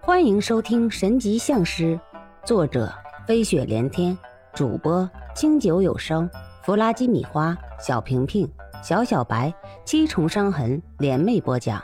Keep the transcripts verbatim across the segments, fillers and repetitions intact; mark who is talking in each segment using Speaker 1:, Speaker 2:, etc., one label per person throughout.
Speaker 1: 欢迎收听神级相师，作者飞雪连天，主播清酒有声，弗拉基米花，小平平，小小白，七重伤痕联袂播讲。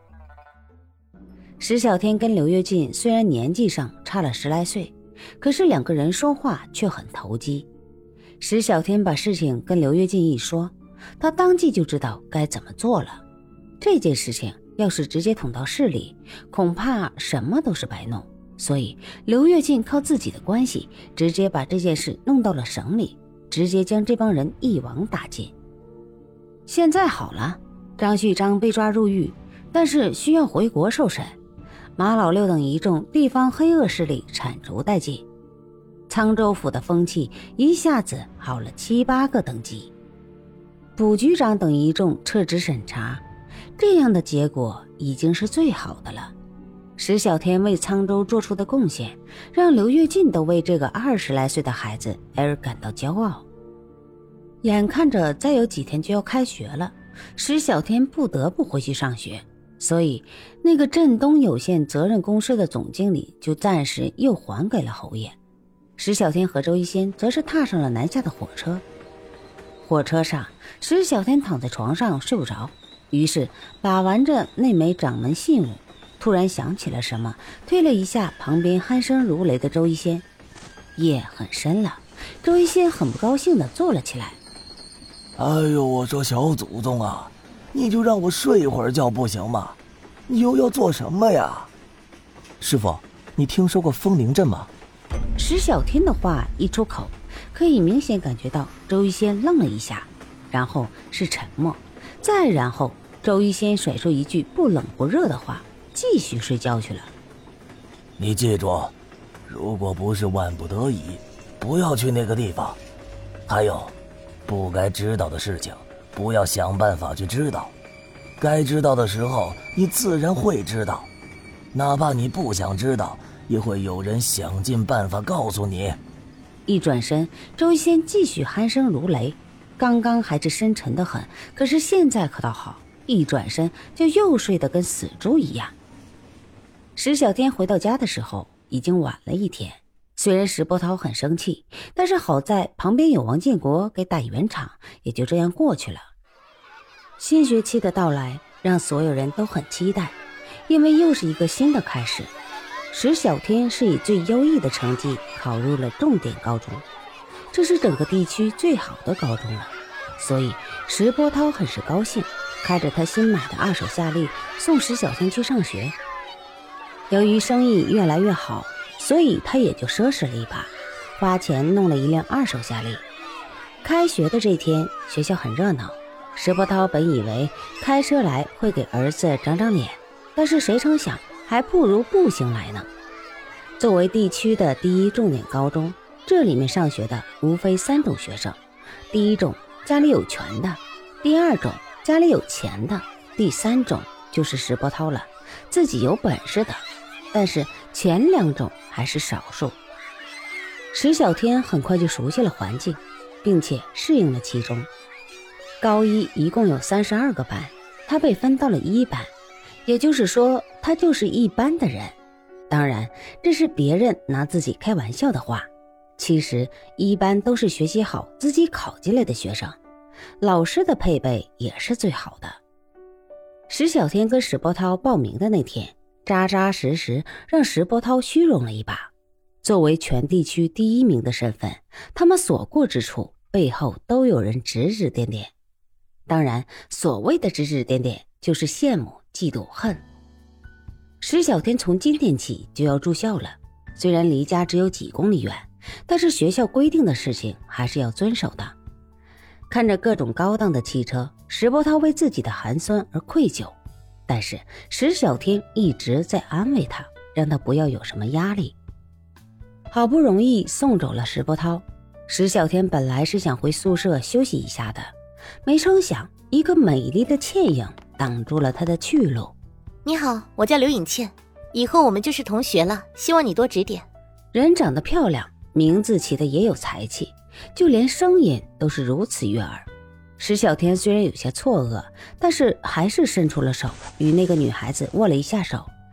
Speaker 1: 石小天跟刘跃进虽然年纪上差了十来岁，可是两个人说话却很投机。石小天把事情跟刘跃进一说，他当即就知道该怎么做了。这件事情要是直接捅到市里，恐怕什么都是白弄，所以刘跃进靠自己的关系直接把这件事弄到了省里，直接将这帮人一网打尽。现在好了，张旭章被抓入狱，但是需要回国受审，马老六等一众地方黑恶势力铲除殆尽，沧州府的风气一下子好了七八个等级，卜局长等一众撤职审查，这样的结果已经是最好的了。石小天为沧州做出的贡献，让刘跃进都为这个二十来岁的孩子而感到骄傲。眼看着再有几天就要开学了，石小天不得不回去上学，所以那个镇东有限责任公司的总经理就暂时又还给了侯爷。石小天和周一仙则是踏上了南下的火车。火车上，石小天躺在床上睡不着，于是把玩着那枚掌门信物，突然想起了什么，推了一下旁边鼾声如雷的周一仙。夜很深了，周一仙很不高兴地坐了起来。
Speaker 2: 哎呦，我说小祖宗啊，你就让我睡一会儿觉不行吗？你又要做什么呀？
Speaker 3: 师傅，你听说过风铃阵吗？
Speaker 1: 石小天的话一出口，可以明显感觉到周一仙愣了一下，然后是沉默，再然后周一仙甩出一句不冷不热的话，继续睡觉去了。
Speaker 2: 你记住，如果不是万不得已，不要去那个地方。还有，不该知道的事情不要想办法去知道，该知道的时候你自然会知道，哪怕你不想知道，也会有人想尽办法告诉你。
Speaker 1: 一转身，周一仙继续鼾声如雷，刚刚还是深沉的很，可是现在可倒好，一转身就又睡得跟死猪一样。石小天回到家的时候已经晚了一天，虽然石波涛很生气，但是好在旁边有王建国给打圆场，也就这样过去了。新学期的到来让所有人都很期待，因为又是一个新的开始。石小天是以最优异的成绩考入了重点高中，这是整个地区最好的高中了，所以石波涛很是高兴，开着他新买的二手夏利送石小天去上学。由于生意越来越好，所以他也就奢侈了一把，花钱弄了一辆二手夏利。开学的这天，学校很热闹，石波涛本以为开车来会给儿子长长脸，但是谁成想还不如步行来呢。作为地区的第一重点高中，这里面上学的无非三种学生，第一种家里有权的，第二种家里有钱的，第三种就是石波涛了，自己有本事的，但是前两种还是少数。石小天很快就熟悉了环境，并且适应了其中。高一一共有三十二个班，他被分到了一班，也就是说他就是一般的人。当然这是别人拿自己开玩笑的话，其实一般都是学习好自己考进来的学生，老师的配备也是最好的。石小天跟石波涛报名的那天，扎扎实实让石波涛虚荣了一把。作为全地区第一名的身份，他们所过之处背后都有人指指点点，当然所谓的指指点点就是羡慕嫉妒恨。石小天从今天起就要住校了，虽然离家只有几公里远，但是学校规定的事情还是要遵守的。看着各种高档的汽车，石波涛为自己的寒酸而愧疚，但是石小天一直在安慰他，让他不要有什么压力。好不容易送走了石波涛，石小天本来是想回宿舍休息一下的，没成想一个美丽的倩影挡住了他的去路。
Speaker 4: 你好，我叫刘颖倩，以后我们就是同学了，希望你多指点。
Speaker 1: 人长得漂亮，名字起的也有才气，就连声音都是如此悦耳。石小天虽然有些错愕，但是还是伸出了手与那个女孩子握了一下手，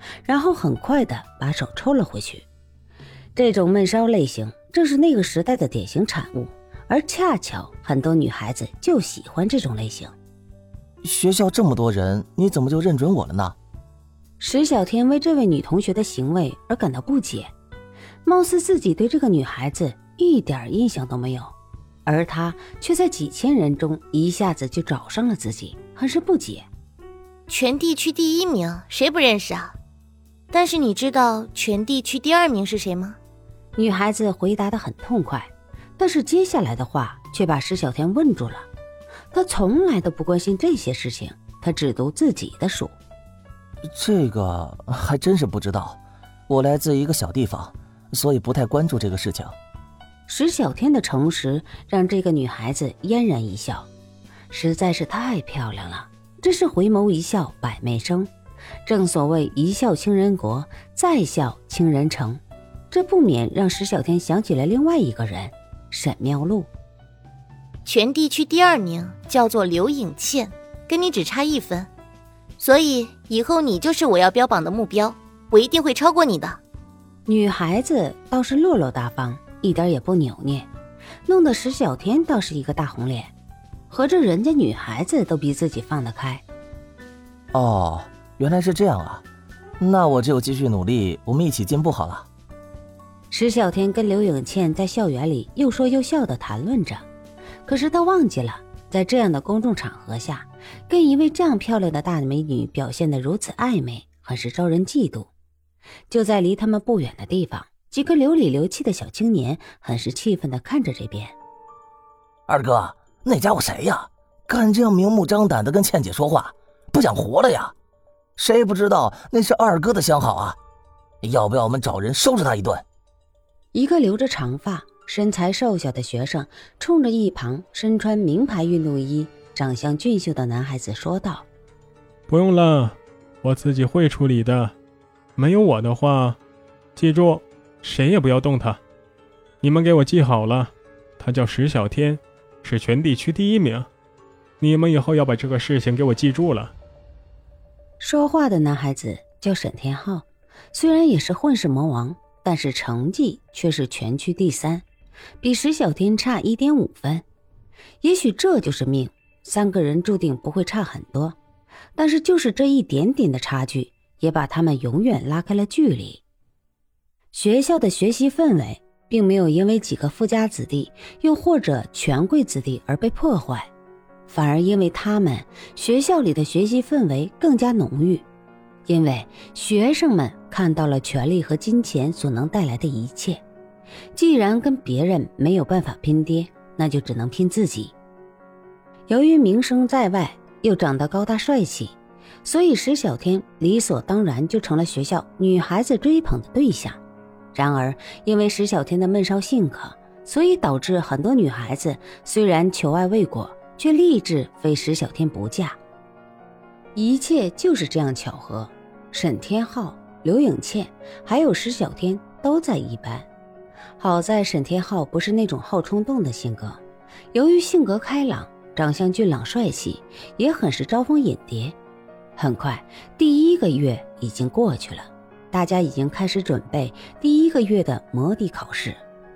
Speaker 1: 然后很快的把手抽了回去。这种闷烧类型正是那个时代的典型产物，而恰巧很多女孩子就喜欢这种类型。
Speaker 3: 学校这么多人，你怎么就认准我了呢？
Speaker 1: 石小天为这位女同学的行为而感到不解，貌似自己对这个女孩子一点印象都没有，而她却在几千人中一下子就找上了自己，很是不解。
Speaker 4: 全地区第一名谁不认识啊？但是你知道全地区第二名是谁吗？
Speaker 1: 女孩子回答得很痛快，但是接下来的话却把石小天问住了。她从来都不关心这些事情，她只读自己的书。
Speaker 3: 这个还真是不知道，我来自一个小地方，所以不太关注这个事情。
Speaker 1: 石小天的诚实让这个女孩子嫣然一笑，实在是太漂亮了，这是回眸一笑百媚生，正所谓一笑倾人国，再笑倾人城。这不免让石小天想起了另外一个人，沈妙露。
Speaker 4: 全地区第二名叫做刘颖倩，跟你只差一分，所以以后你就是我要标榜的目标，我一定会超过你的。
Speaker 1: 女孩子倒是落落大方，一点也不扭捏，弄得石小天倒是一个大红脸，合着人家女孩子都比自己放得开。
Speaker 3: 哦，原来是这样啊，那我只有继续努力，我们一起进步好了。
Speaker 1: 石小天跟刘颖倩在校园里又说又笑地谈论着，可是他忘记了，在这样的公众场合下，跟一位这样漂亮的大美女表现得如此暧昧，很是招人嫉妒。就在离他们不远的地方，几个流里流气的小青年很是气愤地看着这边。
Speaker 2: 二哥，那家伙谁呀？敢这样明目张胆地跟倩姐说话，不想活了呀？谁不知道那是二哥的相好啊？要不要我们找人收拾他一顿？
Speaker 1: 一个留着长发身材瘦小的学生冲着一旁身穿名牌运动衣长相俊秀的男孩子说道：
Speaker 5: 不用了，我自己会处理的，没有我的话，记住谁也不要动他。你们给我记好了，他叫石小天，是全地区第一名，你们以后要把这个事情给我记住了。
Speaker 1: 说话的男孩子叫沈天浩，虽然也是混世魔王，但是成绩却是全区第三，比石小天差 一点五 分。也许这就是命，三个人注定不会差很多，但是就是这一点点的差距，也把他们永远拉开了距离。学校的学习氛围并没有因为几个富家子弟又或者权贵子弟而被破坏，反而因为他们，学校里的学习氛围更加浓郁。因为学生们看到了权力和金钱所能带来的一切，既然跟别人没有办法拼爹，那就只能拼自己。由于名声在外，又长得高大帅气，所以石小天理所当然就成了学校女孩子追捧的对象。然而因为石小天的闷骚性格，所以导致很多女孩子虽然求爱未果，却立志非石小天不嫁。一切就是这样巧合，沈天浩、刘颖倩还有石小天都在一班。好在沈天浩不是那种好冲动的性格，由于性格开朗，长相俊朗帅气，也很是招蜂引蝶。很快第一个月已经过去了，大家已经开始准备第一个月的模拟考试。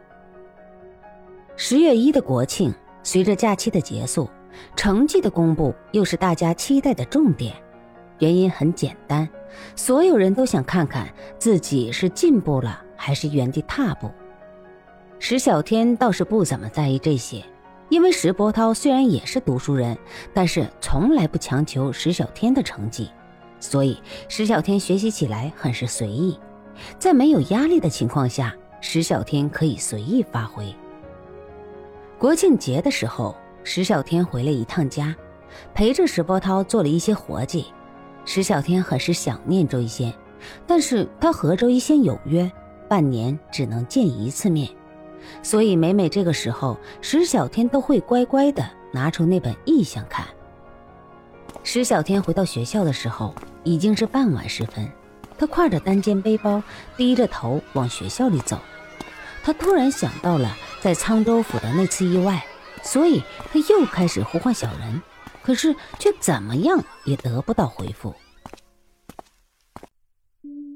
Speaker 1: 十月一的国庆，随着假期的结束，成绩的公布又是大家期待的重点。原因很简单，所有人都想看看自己是进步了还是原地踏步。石小天倒是不怎么在意这些，因为石波涛虽然也是读书人，但是从来不强求石小天的成绩，所以石小天学习起来很是随意。在没有压力的情况下，石小天可以随意发挥。国庆节的时候，石小天回了一趟家，陪着石波涛做了一些活计。石小天很是想念周一仙，但是他和周一仙有约，半年只能见一次面，所以每每这个时候，石小天都会乖乖地拿出那本意象看。石小天回到学校的时候，已经是傍晚时分，他挎着单肩背包，低着头往学校里走。他突然想到了在沧州府的那次意外，所以他又开始呼唤小人，可是却怎么样也得不到回复。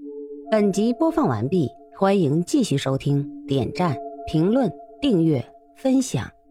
Speaker 1: 本集播放完毕，欢迎继续收听，点赞、评论、订阅、分享。